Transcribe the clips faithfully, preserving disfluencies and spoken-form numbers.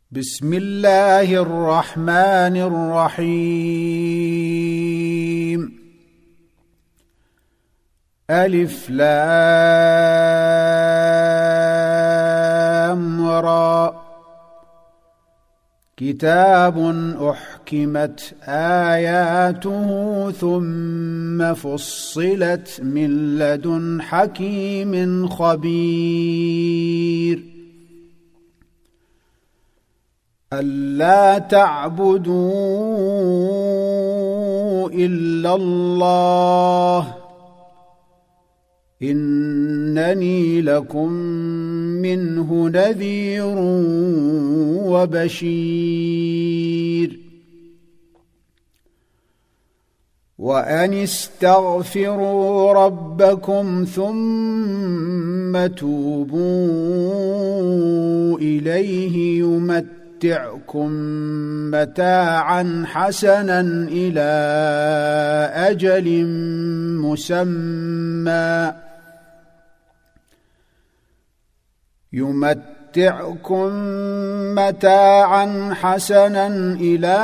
بسم الله الرحمن الرحيم. ألف لام را. كتاب أحكمت آياته ثم فصلت من لدن حكيم خبير. ألا تعبدوا إلا الله إنني لكم منه نذير وبشير. وأن استغفروا ربكم ثم توبوا إليه يمتعكم يمتعكم متاعا حسنا إلى أجل مسمى يمتعكم متاعا حسنا إلى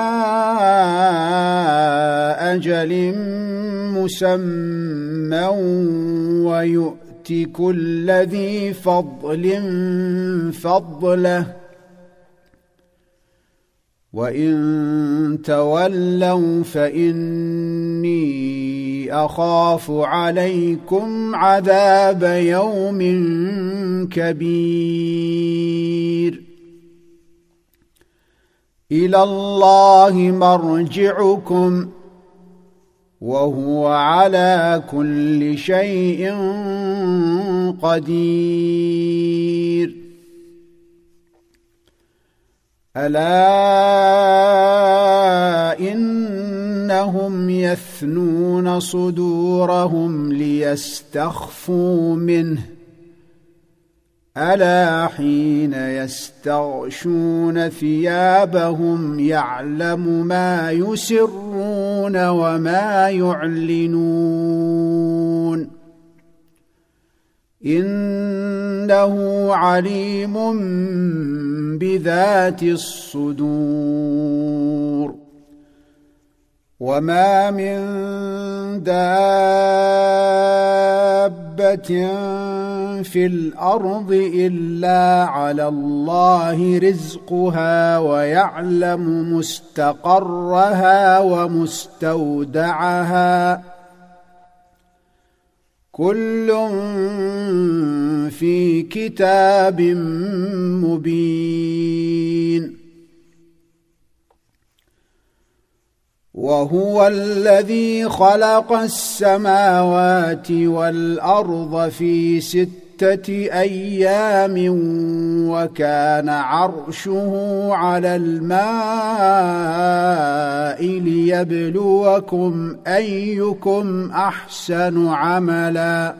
أجل مسمى ويؤت كل ذي فضل فضله وإن تولوا فإني أخاف عليكم عذاب يوم كبير. إلى الله مرجعكم وهو على كل شيء قدير. ألا إنهم يثنون صدورهم ليستخفوا منه ألا حين يستغشون ثيابهم يعلم ما يسرون وما يعلنون إنه عليم بذات الصدور. وما من دابة في الأرض إلا على الله رزقها ويعلم مستقرها ومستودعها كل في كتاب مبين. وهو الذي خلق السماوات والأرض في ستة أيام وكان عرشه على الماء ليبلوكم أيكم أحسن عملا.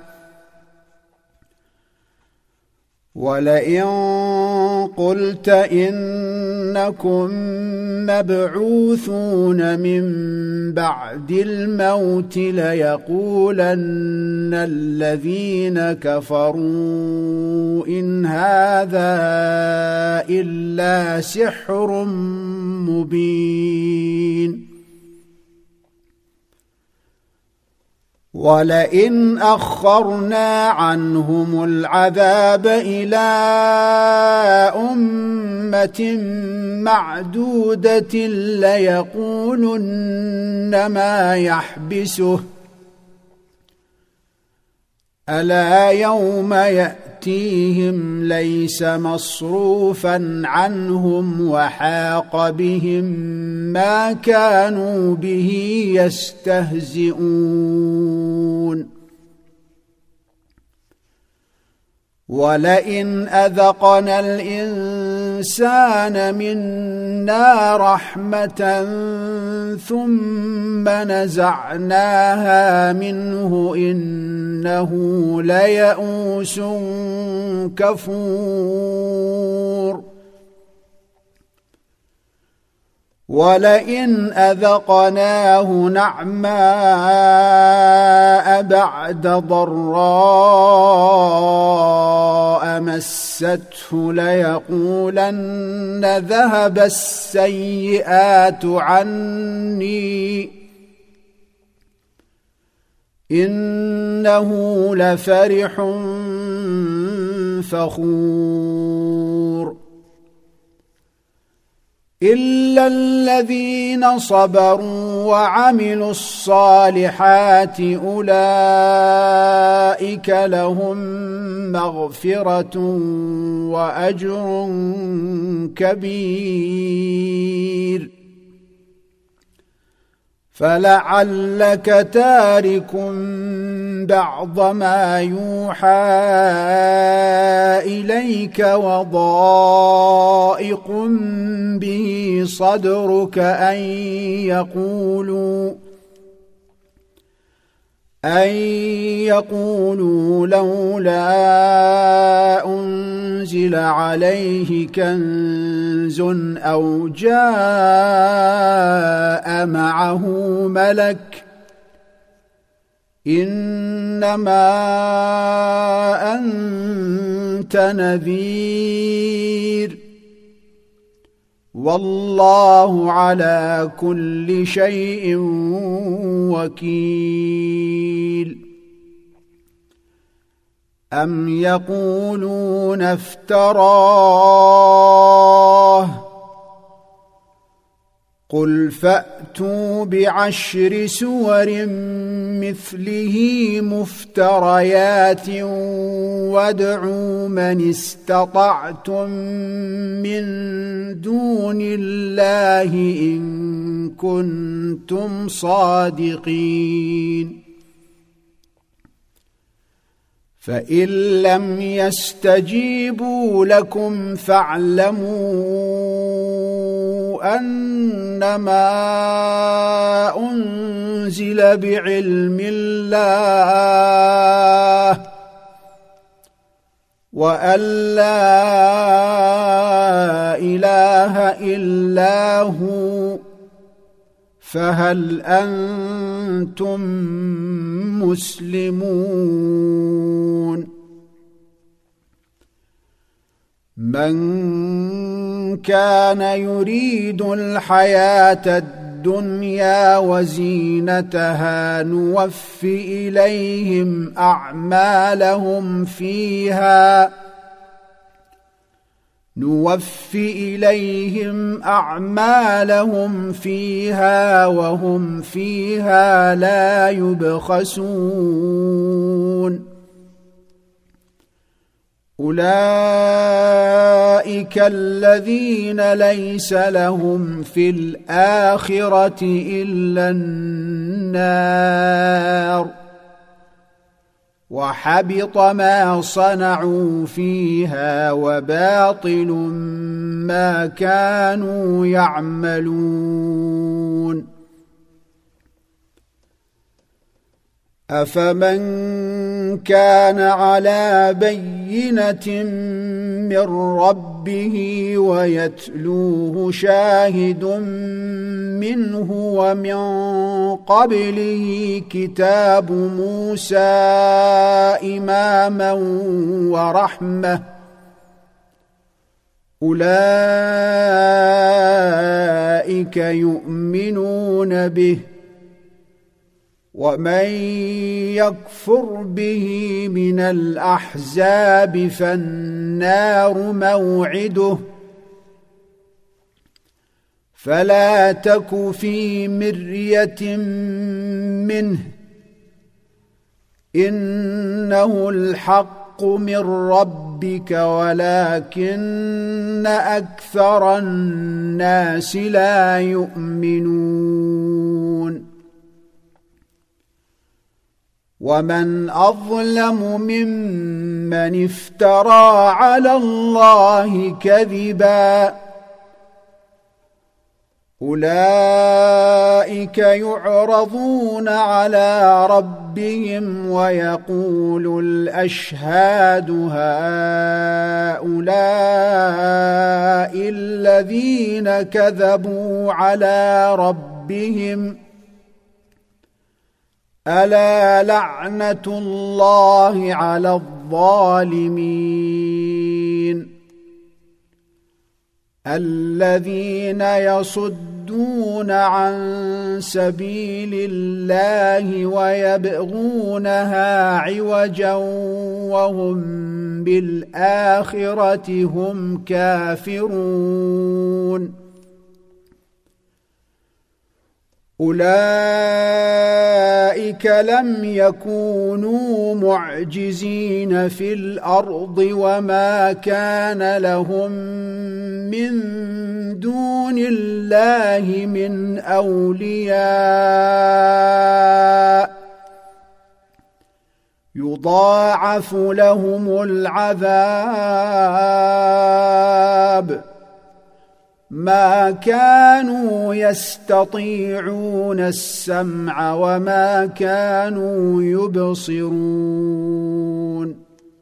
ولئن قلت إنكم مبعوثون من بعد الموت ليقولن الذين كفروا إن هذا إلا سحر مبين. ولئن أخرنا عنهم العذاب إلى أمة معدودة ليقولن ما يحبسه ألا يوم يأتيهم ليس مصروفا عنهم وحاق بهم ما كانوا به يستهزئون. ولئن أذقنا الإنسان منا رحمة ثم نزعناها منه إنه ليئوس كفور. ولئن أذقناه نعماء بعد ضراء مسته ليقولن ذهب السيئات عني إنه لفرح فخور إلا الذين صبروا وعملوا الصالحات أولئك لهم مغفرة وأجر كبير فلعلك تارك بعض ما يوحى إليك وضائق به صدرك أن يقولوا أن يقولوا لولا أنزل عليه كنز أو جاء معه ملك إنما أنت نذير والله على كل شيء وكيل أم يقولون افتراه قل فأتوا بعشر سور مثله مفتريات وادعوا من استطعتم من دون الله إن كنتم صادقين فإن لم يستجيبوا لكم فاعلموا أنما أنزل بعلم الله وأن لا إله إلا هو فهل أنتم مسلمون من كان يريد الحياة الدنيا وزينتها نوف إليهم أعمالهم فيها نوف إليهم أعمالهم فيها وهم فيها لا يبخسون أولئك الذين ليس لهم في الآخرة إلا النار وحبط ما صنعوا فيها وباطل ما كانوا يعملون أفمن كان على بينة من ربه ويتلوه شاهد منه ومن قبله كتاب موسى إماما ورحمة أولئك يؤمنون به ومن يكفر به من الأحزاب فالنار موعده فلا تك في مرية منه إنه الحق من ربك ولكن أكثر الناس لا يؤمنون ومن أظلم ممن افترى على الله كذبا أولئك يعرضون على ربهم ويقول الأشهاد هؤلاء الذين كذبوا على ربهم ألا لعنة الله على الظالمين الظالمين الذين يصدون عن سبيل الله ويبغونها عوجا وهم بالآخرة هم كافرون أولئك لم يكونوا معجزين في الأرض وما كان لهم من دون الله من أولياء يضاعف لهم العذاب ما كانوا يستطيعون السمع وما كانوا يبصرون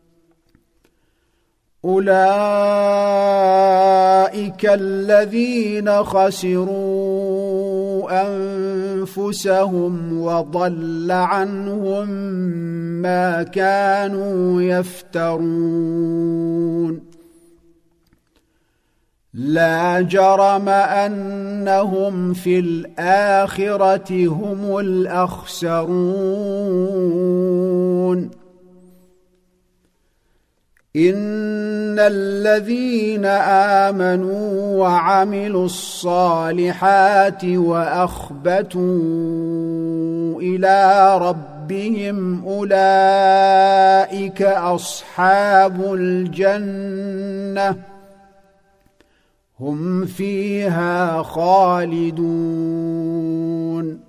أولئك الذين خسروا أنفسهم وضل عنهم ما كانوا يفترون لا جرم أنهم في الآخرة هم الأخسرون إن الذين آمنوا وعملوا الصالحات وأخبتوا إلى ربهم أولئك أصحاب الجنة هم فيها خالدون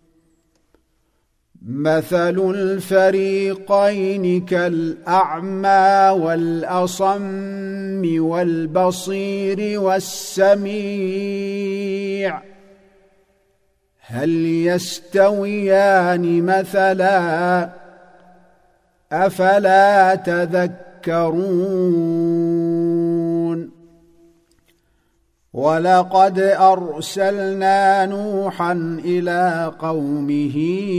مثل الفريقين كالأعمى والأصم والبصير والسميع هل يستويان مثلا أفلا تذكرون ولقد أرسلنا نوحا إلى قومه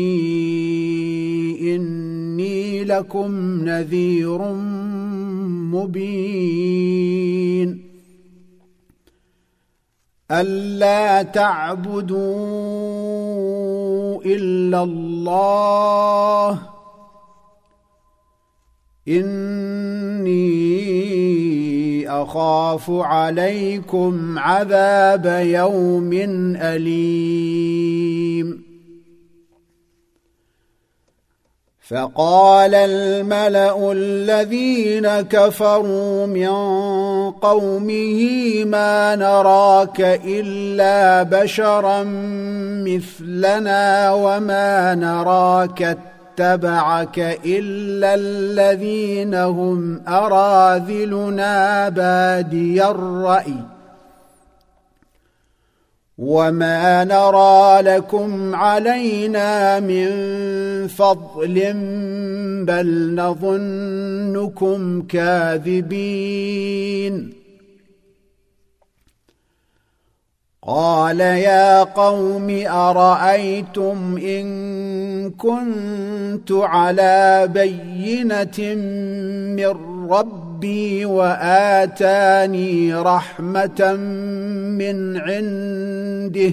إني لكم نذير مبين ألا تعبدوا إلا الله إني أخاف عليكم عذاب يوم أليم فقال الملأ الذين كفروا من قومه ما نراك إلا بشرا مثلنا وما نراك اتبعك إلا الذين هم أراذلنا بادي الرأي وما نرى لكم علينا من فضل بل نظنكم كاذبين قال يا قوم أرأيتم إن كنت على بينة من ربي وآتاني رحمة من عنده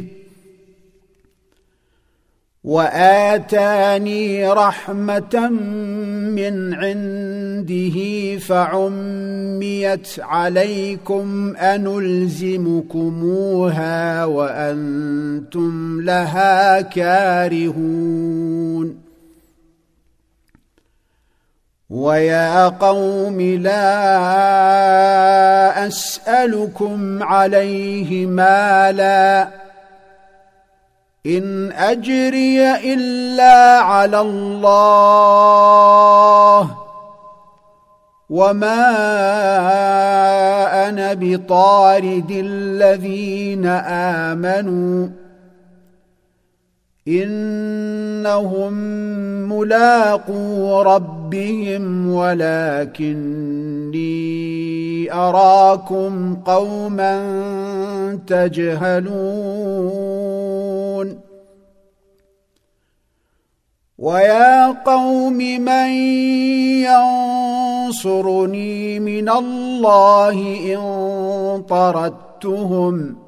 وآتاني رحمة من عنده فعميت عليكم أنلزمكموها وأنتم لها كارهون ويا قوم لا أسألكم عليه مالا إن أجري إلا على الله وما أنا بطارد الذين آمنوا إنهم ملاقو ربهم ولكني أراكم قوما تجهلون ويا قوم من ينصرني من الله إن طردتهم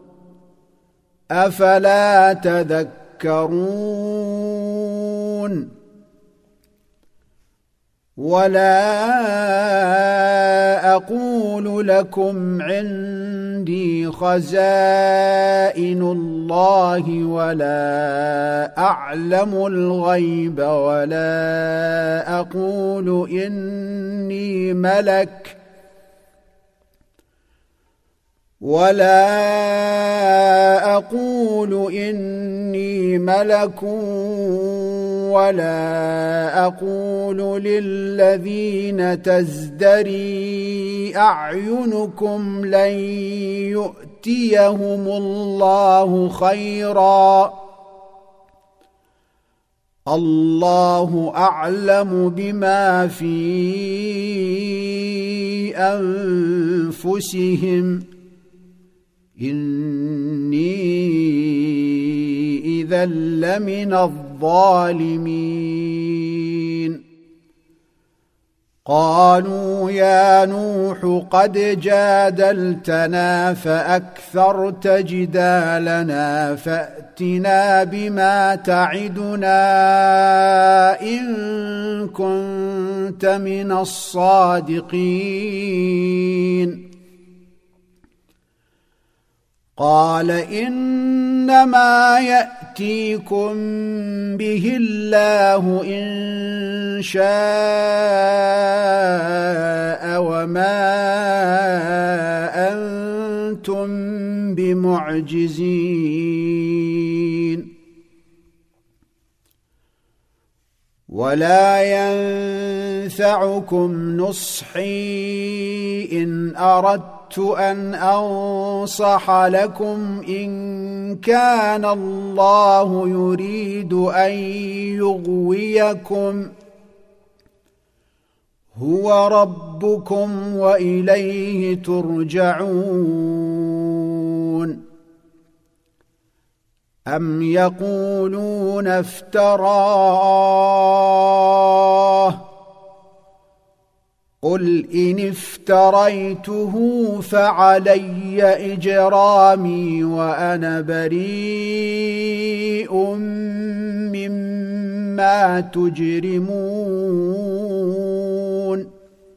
أفلا تذكرون ولا أقول لكم عندي خزائن الله ولا أعلم الغيب ولا أقول إني ملك ولا أقول إني ملك ولا أقول للذين تزدري أعينكم لن يؤتيهم الله خيرا الله أعلم بما في أنفسهم إني إذا لمن الظالمين قالوا يا نوح قد جادلتنا فأكثرت جدالنا فأتنا بما تعدنا إن كنت من الصادقين قال إنما يأتيكم به الله إن شاء وما أنتم بمعجزين ولا ينفعكم نصحي إن أردت أن أنصح لكم إن كان الله يريد أن يغويكم هو ربكم وإليه ترجعون أم يقولون افتراه قل إن افتريته فعلي إجرامي وأنا بريء مما تجرمون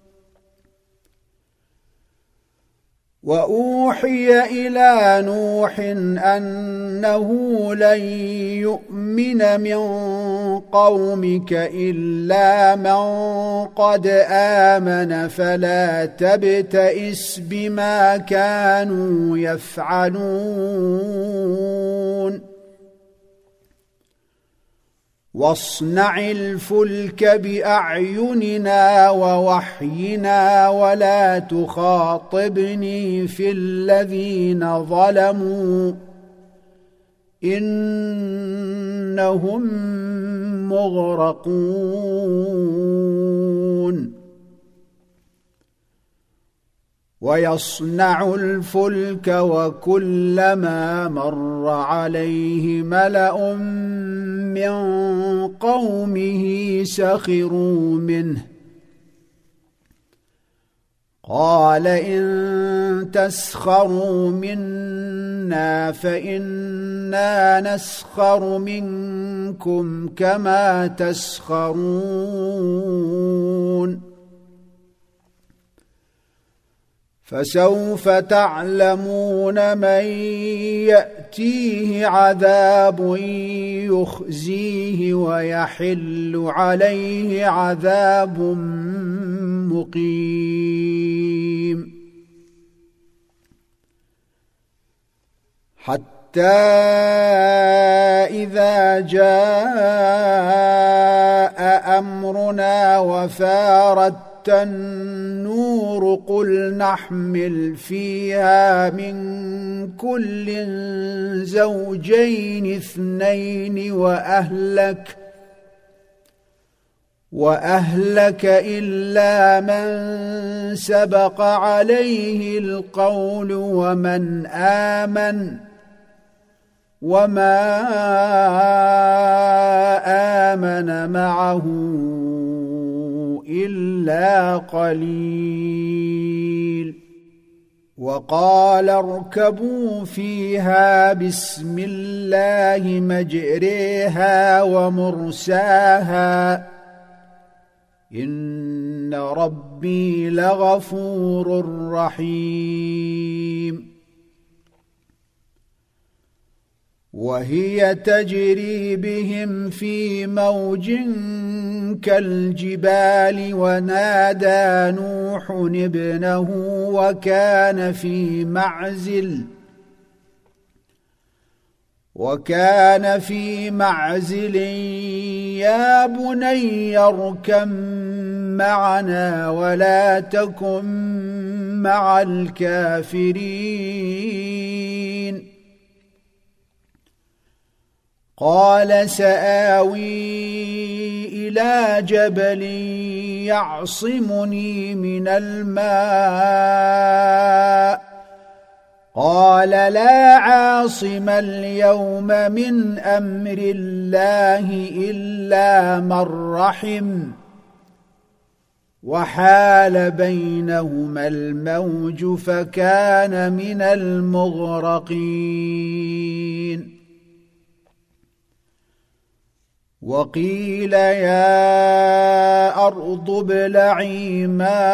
وأوحي إلى نوح أنه لن يؤمن من قومك إلا من قد آمن فلا تبتئس بما كانوا يفعلون واصنع الفلك بأعيننا ووحينا ولا تخاطبني في الذين ظلموا إنهم مغرقون ويصنع الفلك وكلما مر عليه ملأ من قومه سخروا منه قال إن تسخروا منا فإنا نسخر منكم كما تسخرون فسوف تعلمون من يأتيه عذاب يخزيه ويحل عليه عذاب مقيم حتى إذا جاء أمرنا وفارت النور قل نحمل فيها من كل زوجين اثنين وأهلك وأهلك إلا من سبق عليه القول ومن آمن وما آمن معه إلا قليل وقال اركبوا فيها بسم الله مجريها ومرساها إن ربي لغفور رحيم وهي تجري بهم في موج كالجبال ونادى نوح ابنه وكان في معزل وكان في معزل يا بني اركب معنا ولا تكن مع الكافرين قال سآوي إلى جبل يعصمني من الماء قال لا عاصم اليوم من أمر الله إلا من رحم وحال بينهما الموج فكان من المغرقين وقيل يا أرض ابلعي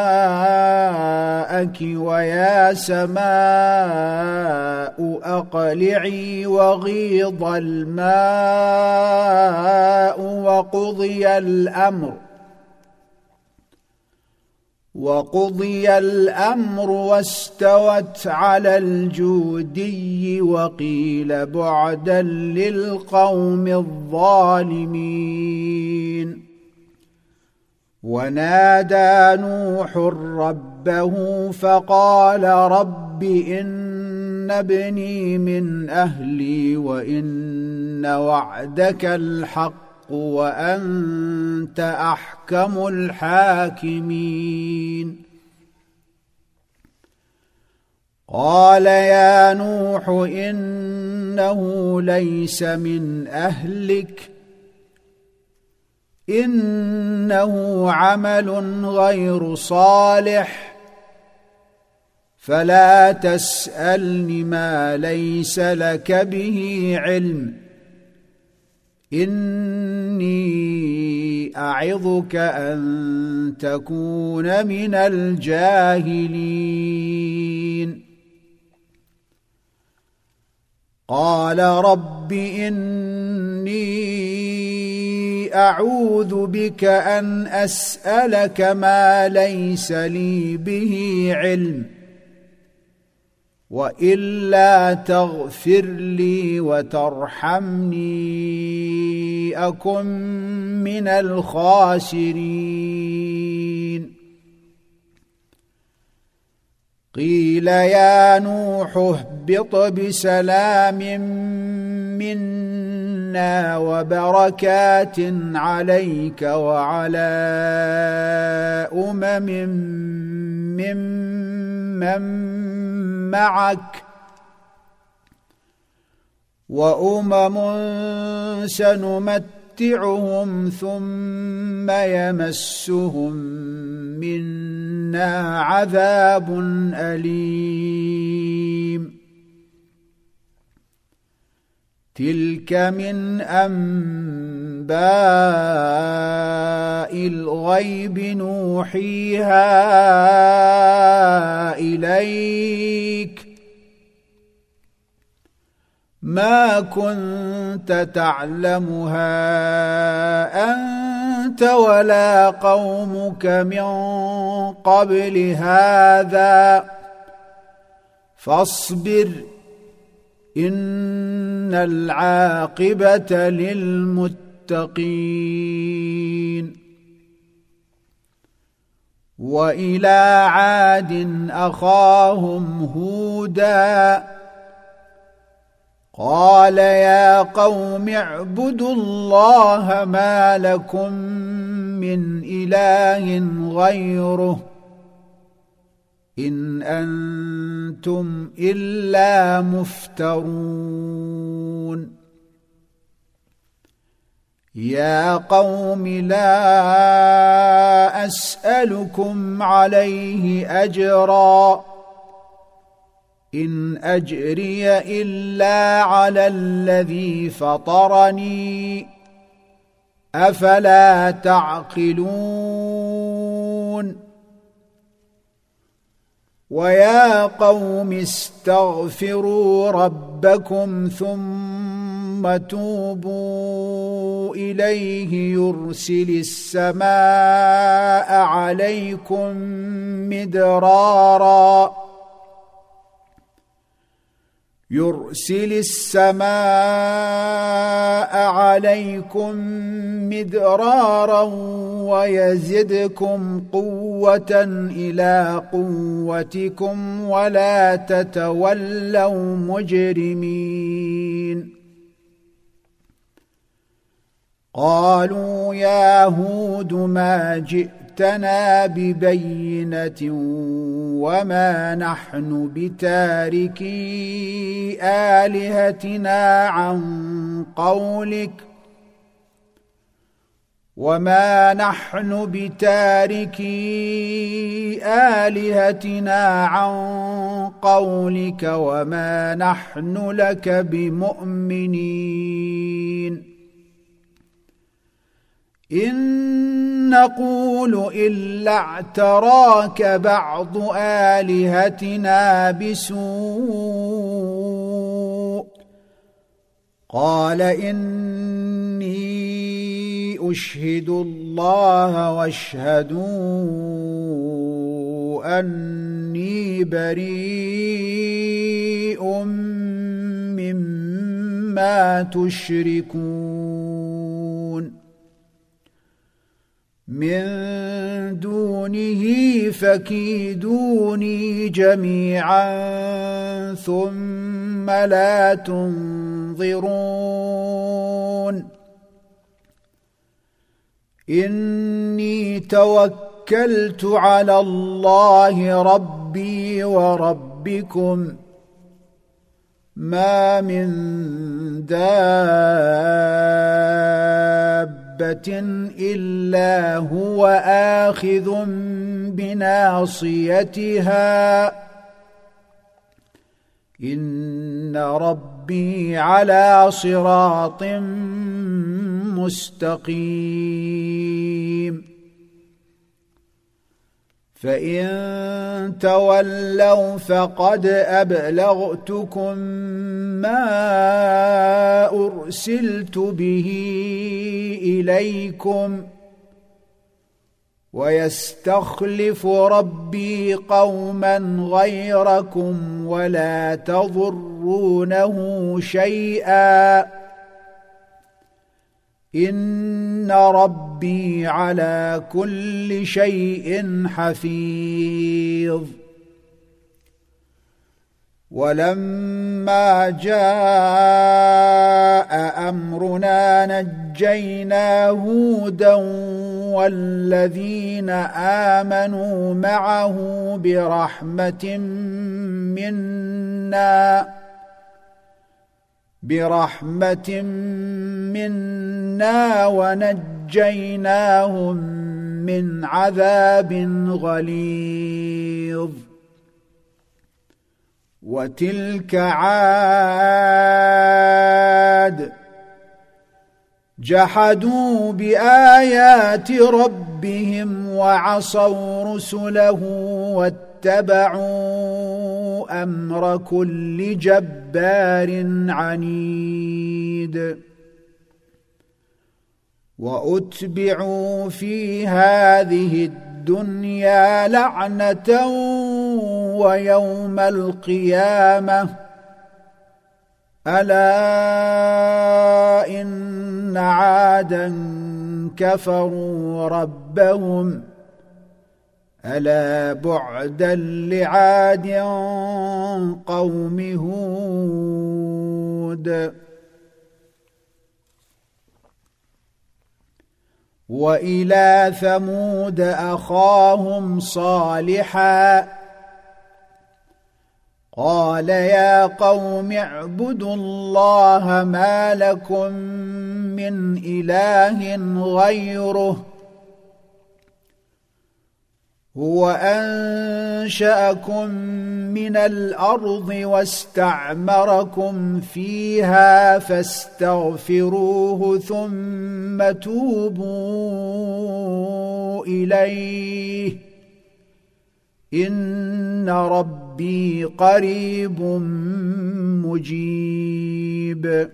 ماءك ويا سماء أقلعي وغيض الماء وقضي الأمر وقضي الأمر واستوت على الجودي وقيل بعدا للقوم الظالمين ونادى نوح ربه فقال رب إن ابني من أهلي وإن وعدك الحق وأنت أحكم الحاكمين قال يا نوح إنه ليس من أهلك إنه عمل غير صالح فلا تسألني ما ليس لك به علم إني أعظك أن تكون من الجاهلين قال رب إني أعوذ بك أن أسألك ما ليس لي به علم وإلا تغفر لي وترحمني أكن من الخاسرين قيل يا نوح اهبط بسلام منا وبركات عليك وعلى أمم ممن معك وأمم سنمتعهم ثم يمسهم منا عذاب أليم تلك من أنباء الغيب نوحيها إليك ما كنت تعلمها أنت ولا قومك من قبل هذا فاصبر إن العاقبة للمتقين وإلى عاد أخاهم هودا قال يا قوم اعبدوا الله ما لكم من إله غيره إن أنتم إلا مفترون يا قوم لا أسألكم عليه أجرا إن أجري إلا على الذي فطرني أفلا تعقلون ويا قوم استغفروا ربكم ثم توبوا إليه يرسل السماء عليكم مدرارا يرسل السماء عليكم مدرارا ويزدكم قوة إلى قوتكم ولا تتولوا مجرمين قالوا يا هود ما جئتنا ببينة وما نحن بتاركي آلهتنا عن قولك وما نحن بتاركي آلهتنا عن قولك وما نحن لك بمؤمنين إن نقول إلا اعتراك بعض آلهتنا بسوء قال إني أشهد الله واشهدوا أني بريء مما تشركون من دونه فكيدوني جميعا ثم لا تنظرون إني توكلت على الله ربي وربكم ما من دابة إلا هو آخذ بناصيتها إن ربي على صراط مستقيم فإن تولوا فقد أبلغتكم ما أرسلت به إليكم ويستخلف ربي قوما غيركم ولا تضرونه شيئا إن ربي على كل شيء حفيظ ولما جاء أمرنا نجينا هودا والذين آمنوا معه برحمة منا برحمة منا ونجيناهم من عذاب غليظ وتلك عاد جحدوا بآيات ربهم وعصوا رسله واتبعوا أمر كل جبار عنيد وأتبعوا في هذه الدنيا لعنة ويوم القيامة ألا إن عادا كفروا ربهم ألا بعدا لعاد قوم هود وإلى ثمود أخاهم صالحا قال يا قوم اعبدوا الله ما لكم من إله غيره هو أنشأكم من الأرض واستعمركم فيها فاستغفروه ثم توبوا إليه إن ربي قريب مجيب.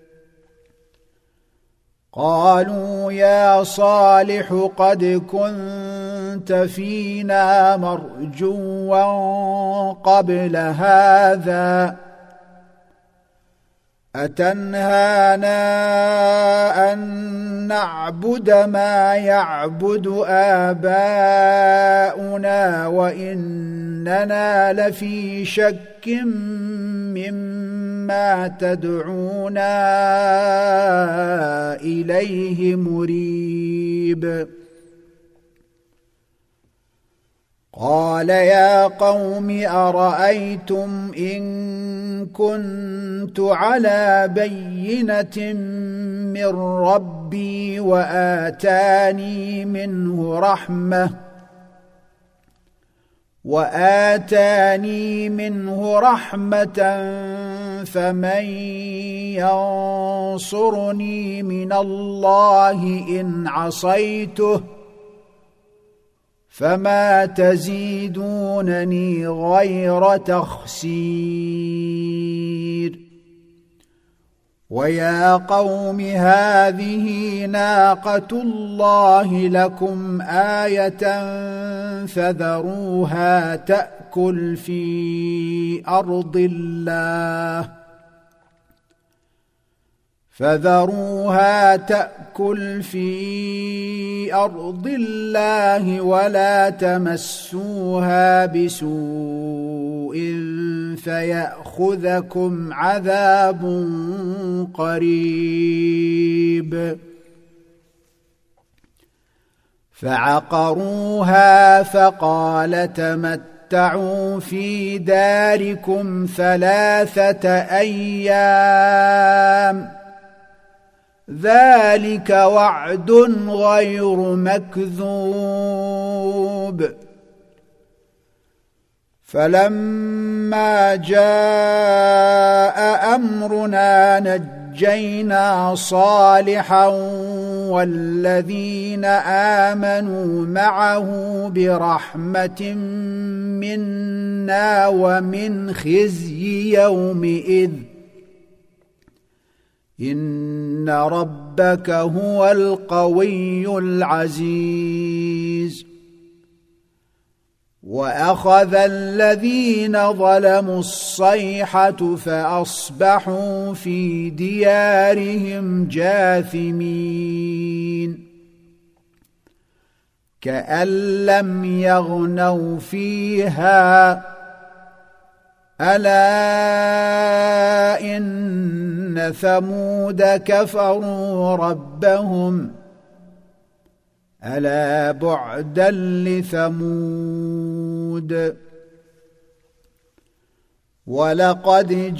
قالوا يا صالح قد كنت فينا مرجوا قبل هذا أتنهانا أن نعبد ما يعبد آباؤنا وإننا لفي شك مما تدعونا إليه مريب. قال يا قوم أرأيتم إن كنت على بينة من ربي وآتاني منه رحمة وآتاني منه رحمة فمن ينصرني من الله إن عصيته فما تزيدونني غير تخسير. ويا قوم هذه ناقة الله لكم آية فذروها تأكل في أرض الله فذروها تأكل في أرض الله ولا تمسوها بسوء فيأخذكم عذاب قريب. فعقروها فقال تمتعوا في داركم ثلاثة أيام ذلك وعد غير مكذوب. فلما جاء أمرنا نجينا صالحا والذين آمنوا معه برحمة منا ومن خزي يومئذ إن ربك هو القوي العزيز. وأخذ الذين ظلموا الصيحة فأصبحوا في ديارهم جاثمين كأن لم يغنوا فيها ألا إن ثمود كفروا ربهم ألا بعدا لثمود. ولقد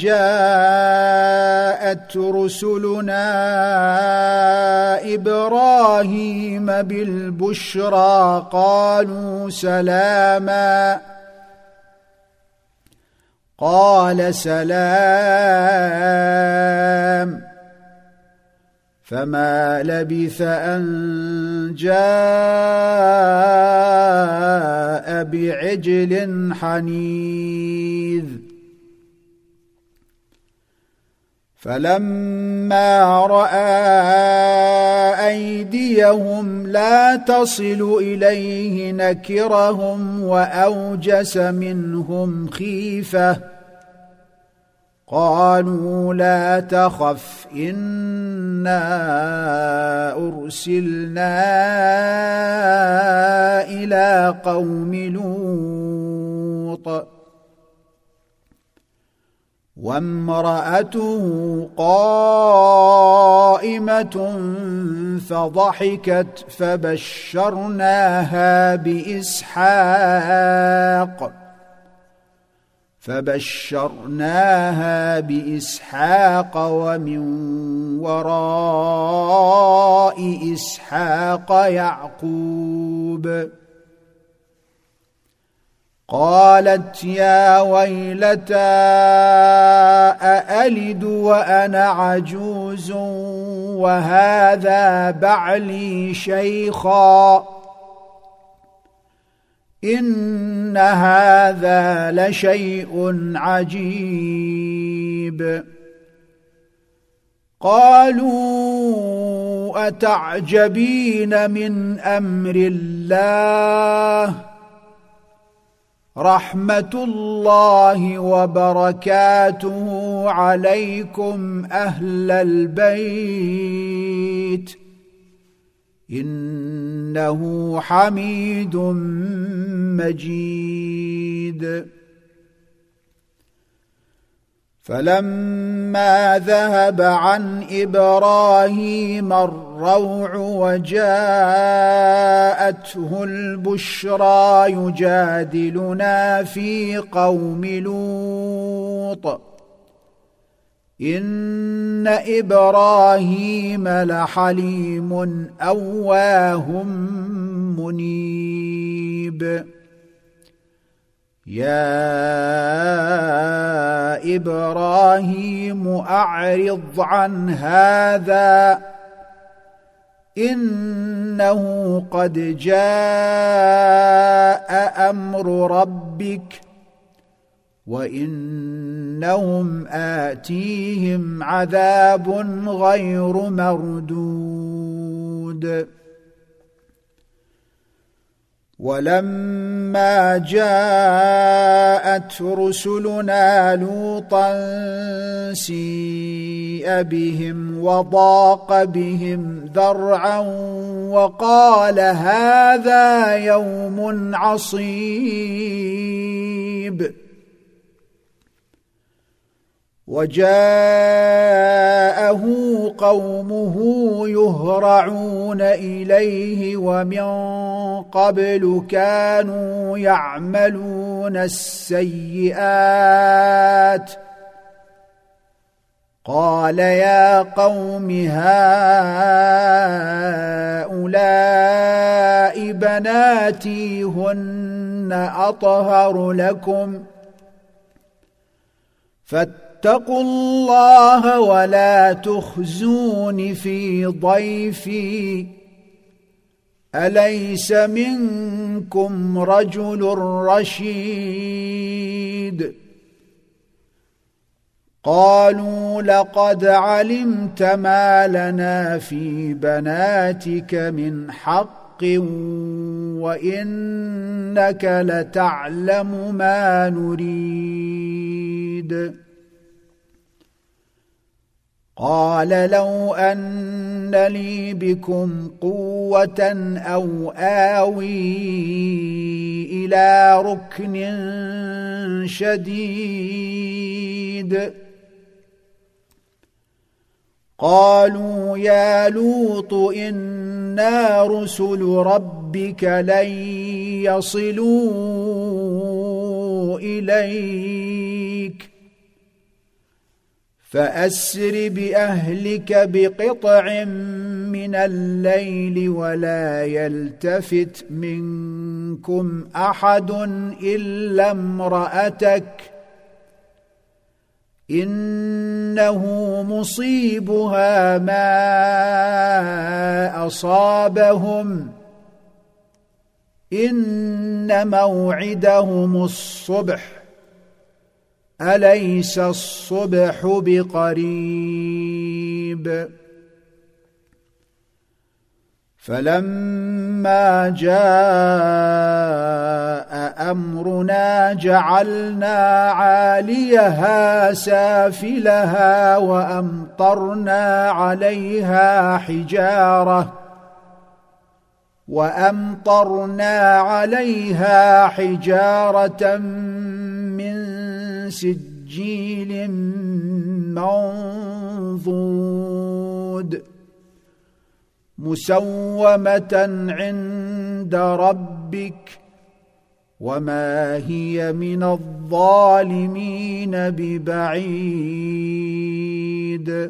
جاءت رسلنا إبراهيم بالبشرى قالوا سلاما قال سلام فما لبث أن جاء بعجل حنيذ. فلما رأى أيديهم لا تصل إليه نكرهم وأوجس منهم خيفة قالوا لا تخف إنا أرسلنا إلى قوم لوط وامرأته قائمة فضحكت فبشرناها بإسحاق فبشرناها بإسحاق ومن وراء إسحاق يعقوب. قالت يا ويلتى أألد وأنا عجوز وهذا بعلي شيخا إن هذا لشيء عجيب. قالوا أتعجبين من أمر الله رحمة الله وبركاته عليكم أهل البيت إنه حميد مجيد. فلما ذهب عن إبراهيم الروع وجاءته البشرى يجادلنا في قوم لوط إن إبراهيم لحليم أواه منيب. يا إبراهيم أعرض عن هذا إنه قد جاء أمر ربك وإنهم آتيهم عذاب غير مردود. ولما جاءت رسلنا لوطا سيء بهم وضاق بهم ذرعا وقال هذا يوم عصيب. وجاءه قومه يهرعون إليه ومن قبل كانوا يعملون السيئات قال يا قوم هؤلاء بناتي هن أطهر لكم فاتقوا الله ولا تخزون في ضيفي أليس منكم رجل رشيد. قالوا لقد علمت ما لنا في بناتك من حق وإنك لتعلم ما نريد. قال لو أن لي بكم قوة أو آوي إلى ركن شديد. قالوا يا لوط إنا رسل ربك لن يصلوا إليك فأسر بأهلك بقطع من الليل ولا يلتفت منكم أحد إلا امرأتك إنه مصيبها ما أصابهم إن موعدهم الصبح أليس الصبح بقريب. فلما جاء أمرنا جعلنا عاليها سافلها وأمطرنا عليها حجارة وأمطرنا عليها حجارة من سجيل منضود مسومة عند ربك وما هي من الظالمين ببعيد.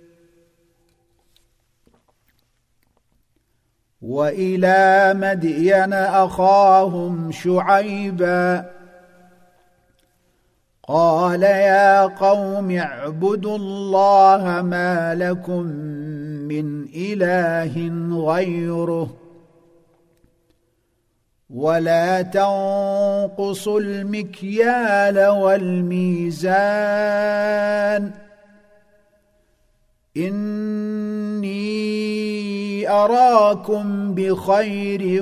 وإلى مدين أخاهم شعيبا قال يا قوم اعبدوا الله ما لكم من إله غيره ولا تنقصوا المكيال والميزان إني أراكم بخير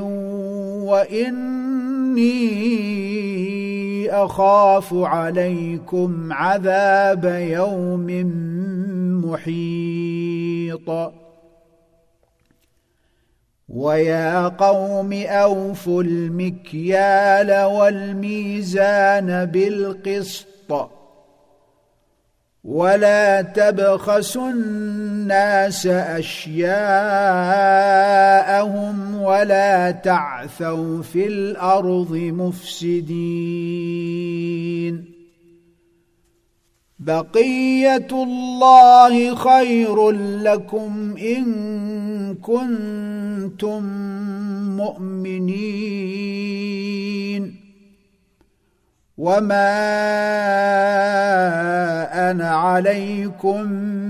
وإني أخاف عليكم عذاب يوم محيط. ويا قوم أوفوا المكيال والميزان بالقسط ولا تبخسوا الناس أشياءهم ولا تعثوا في الأرض مفسدين. بقية الله خير لكم إن كنتم مؤمنين وما أنا عليكم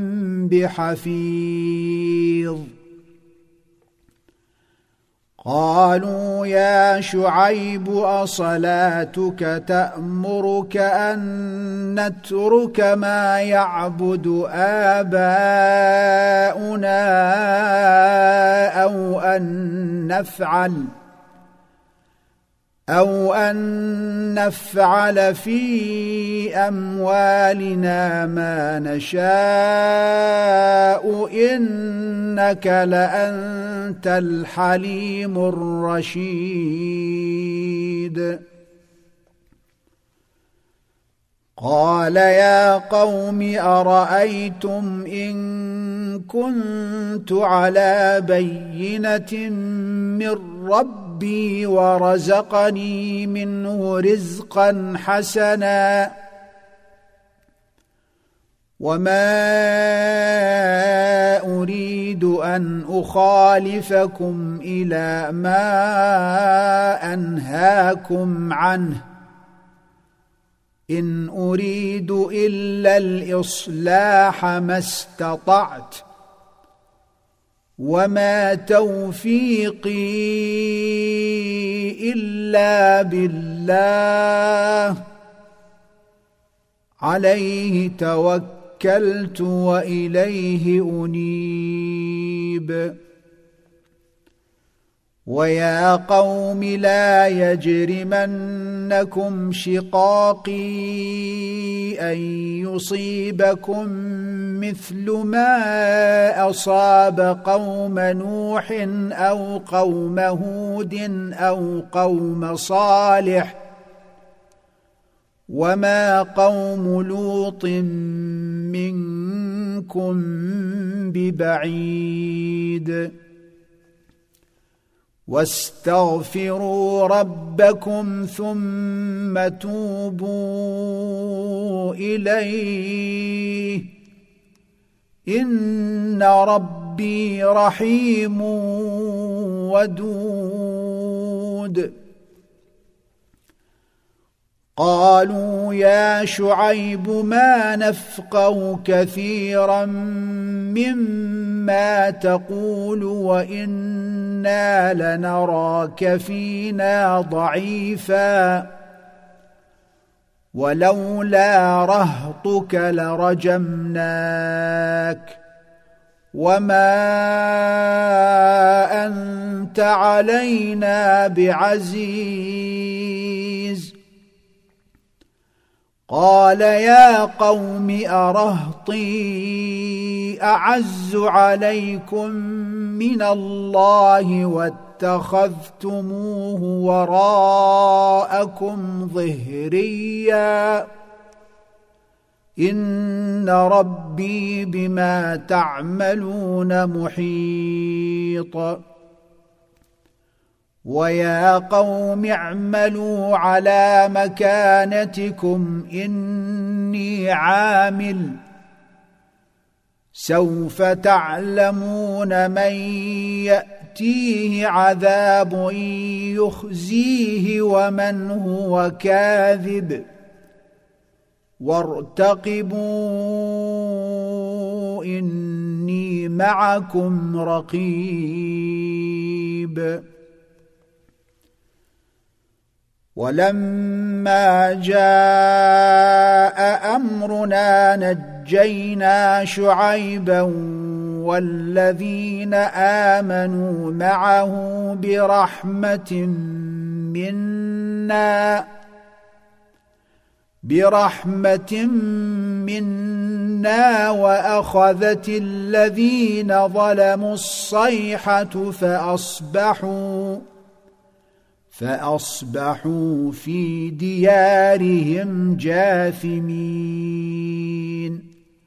بحفيظ. قالوا يا شعيب أصلاتك تأمرك أن نترك ما يعبد آباؤنا أو أن نفعل أو أن نفعل في أموالنا ما نشاء إنك لأنت الحليم الرشيد. قال يا قوم أرأيتم إن كنت على بينة من ربي ورزقني منه رزقا حسنا وما أريد أن أخالفكم إلى ما أنهاكم عنه إن أريد إلا الإصلاح ما استطعت وما توفيقي إلا بالله عليه توكلت وإليه أنيب. ويا قوم لا يجرمنكم شقاقي أن يصيبكم مثل ما أصاب قوم نوح أو قوم هود أو قوم صالح وما قوم لوط منكم ببعيد. واستغفروا ربكم ثم توبوا إليه إن ربي رحيم ودود. قالوا يا شعيب ما نفقه كثيرا مما تقول وإنا لنراك فينا ضعيفا ولولا رهطك لرجمناك وما أنت علينا بعزيز. قال يا قوم أرهطي أعز عليكم من الله واتخذتموه وراءكم ظهريا إن ربي بما تعملون محيط. ويا قوم اعملوا على مكانتكم إني عامل سوف تعلمون من يأتيه عذاب يخزيه ومن هو كاذب وارتقبوا إني معكم رقيب. ولما جاء أمرنا نجينا شعيبا والذين آمنوا معه برحمة منا برحمة منا وأخذت الذين ظلموا الصيحة فأصبحوا فأصبحوا في ديارهم جاثمين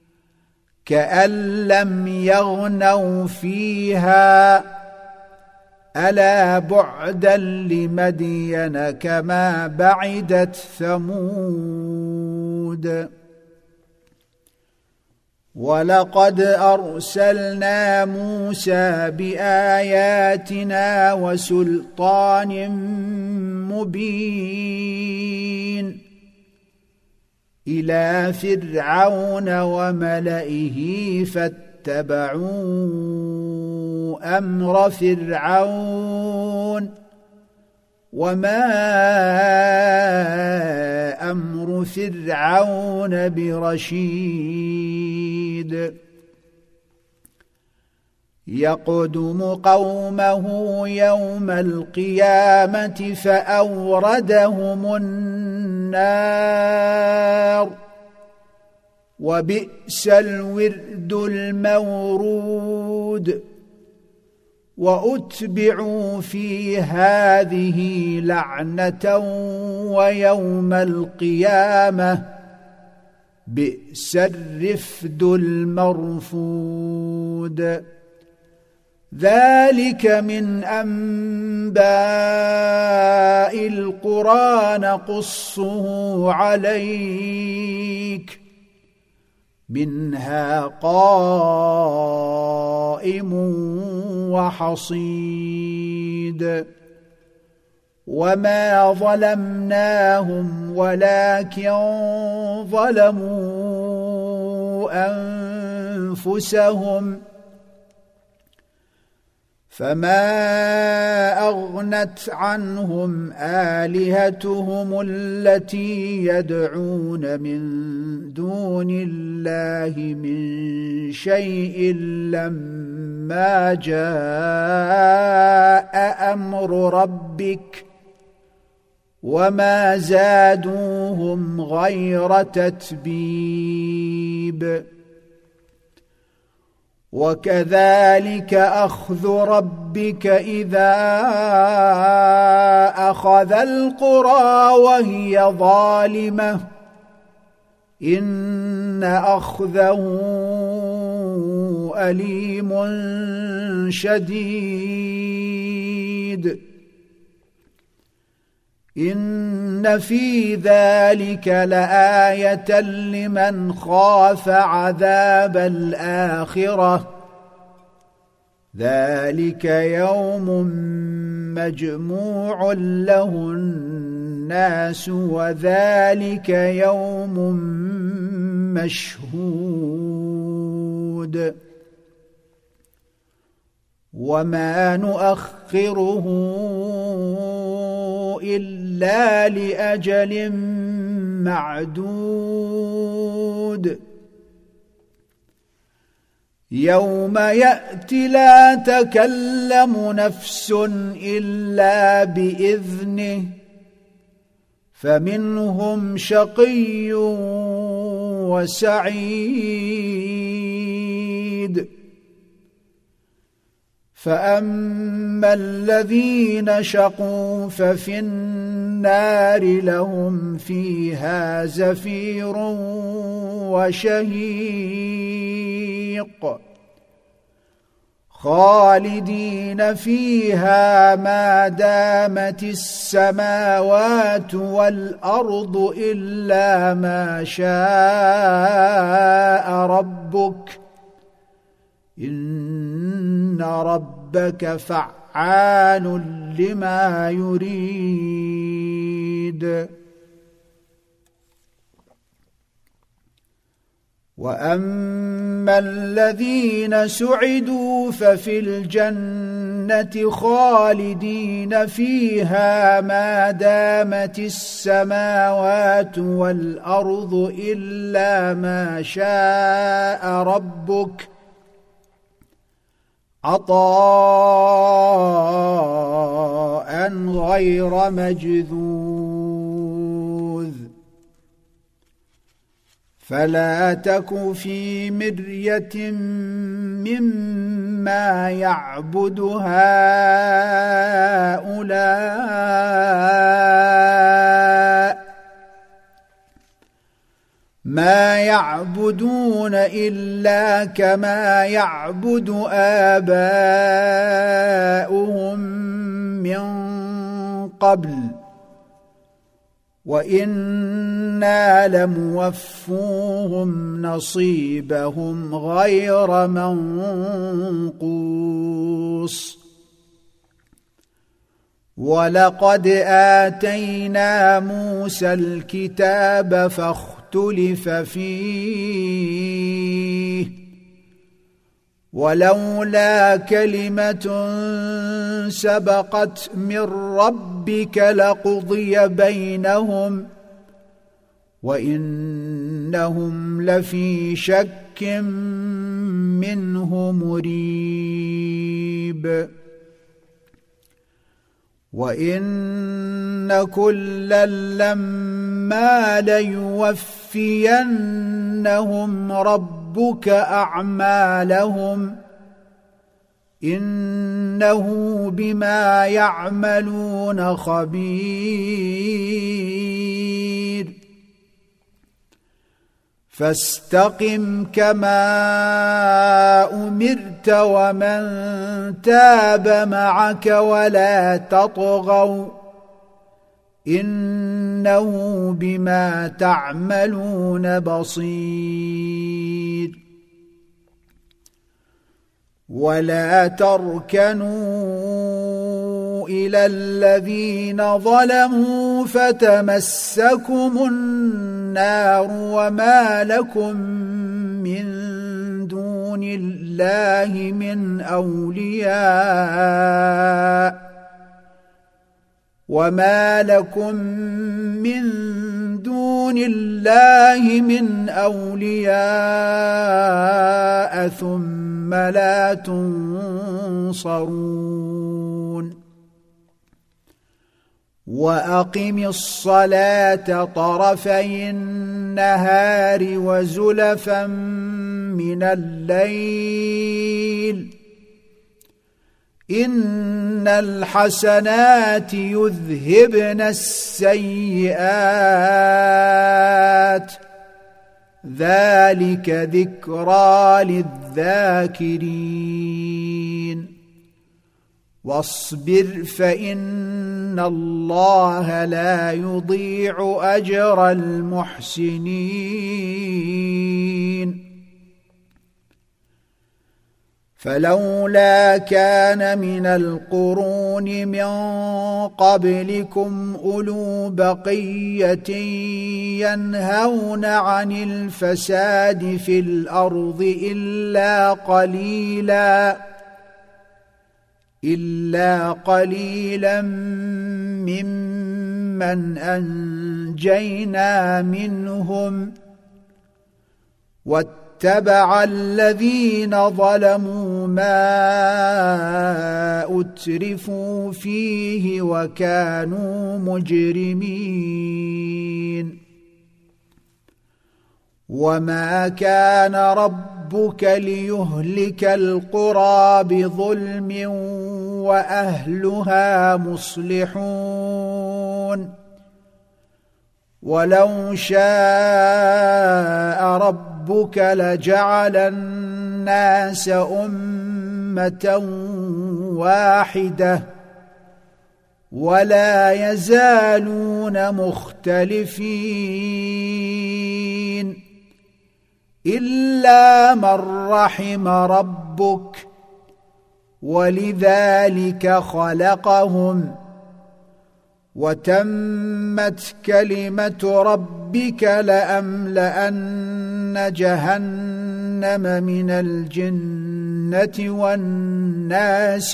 كأن لم يغنوا فيها ألا بعدا لمدين كما بعدت ثمود. ولقد أرسلنا موسى بآياتنا وسلطان مبين إلى فرعون وملئه فاتبعوا أمر فرعون وما أمر فرعون برشيد يقدم قومه يوم القيامة فأوردهم النار وبئس الورد المورود وأتبعوا في هذه لعنة ويوم القيامة بئس الرفد المرفود. ذلك من أنباء القرى نقصه عليك منها قائم وحصيد. وما ظلمناهم ولكن ظلموا أنفسهم فما أغنت عنهم آلهتهم التي يدعون من دون الله من شيء لما جاء أمر ربك وما زادوهم غير تتبيب. وكذلك أخذ ربك إذا أخذ القرى وهي ظالمة إن أخذه أليم شديد. إن في ذلك لآية لمن خاف عذاب الآخرة ذلك يوم مجموع له الناس وذلك يوم مشهود وما نؤخره إلا لأجل معدود يوم يأتي لا تكلم نفس إلا بإذنه فمنهم شقي وسعيد. فأما الذين شقوا ففي النار لهم فيها زفير وشهيق خالدين فيها ما دامت السماوات والأرض إلا ما شاء ربك إن ربك فعال لما يريد. وأما الذين سعدوا ففي الجنة خالدين فيها ما دامت السماوات والأرض إلا ما شاء ربك عطاء غير مجذوذ. فلا تك في مرية مما يعبد هؤلاء ما يعبدون إلا كما يعبد آباؤهم من قبل وإنا لموفوهم نصيبهم غير منقوص. ولقد آتينا موسى الكتاب فاختلف فيه ولولا كلمة سبقت من ربك لقضي بينهم وإنهم لفي شك منه مريب. وإن كلا لما ليوفينهم ربك أعمالهم إنه بما يعملون خبير. فاستقم كما أمرت ومن تاب معك ولا تطغوا إنه بما تعملون بصير. ولا تركنوا إلى الذين ظلموا فتمسكم النار وما لكم من دون الله من أولياء وما لكم من دون الله من أولياء ثم لا تنصرون. وأقم الصلاة طرفي النهار وزلفا من الليل إن الحسنات يذهبن السيئات ذلك ذكرى للذاكرين. واصبر فإن الله لا يضيع أجر المحسنين. فلولا كان من القرون من قبلكم أولو بقية ينهون عن الفساد في الأرض إلا قليلا إلا قليلا ممن أنجينا منهم واتبع الذين ظلموا ما أترفوا فيه وكانوا مجرمين. وما كان ربك ليهلك القرى بظلم وأهلها مصلحون ولو شاء ربك لجعل الناس أمة امه واحده ولا يزالون مختلفين الا من رحم ربك ولذلك خلقهم وتمت كلمه ربك لأملأن جهنم من الجنه والناس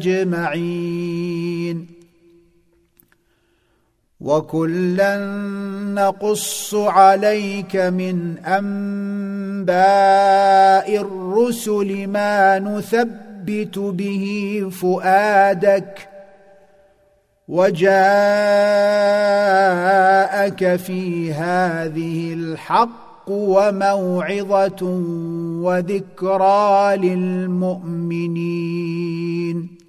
اجمعين وكلا نقص عليك من انباء الرسل ما نثبت به فؤادك وجاءك في هذه الحق وموعظه وذكرى للمؤمنين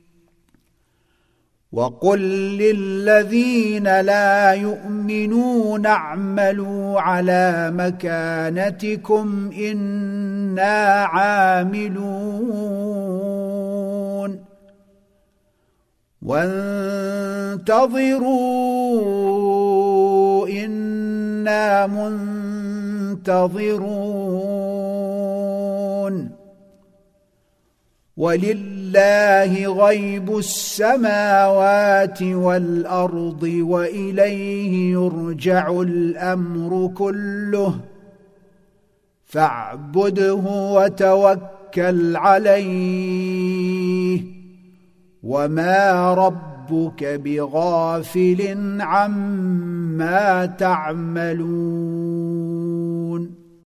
وقل للذين لا يؤمنون اعملوا على مكانتكم إنا عاملون وانتظروا إنا منتظرون ولله غيب السماوات والأرض وإليه يرجع الأمر كله فاعبده وتوكل عليه وما ربك بغافل عما تعملون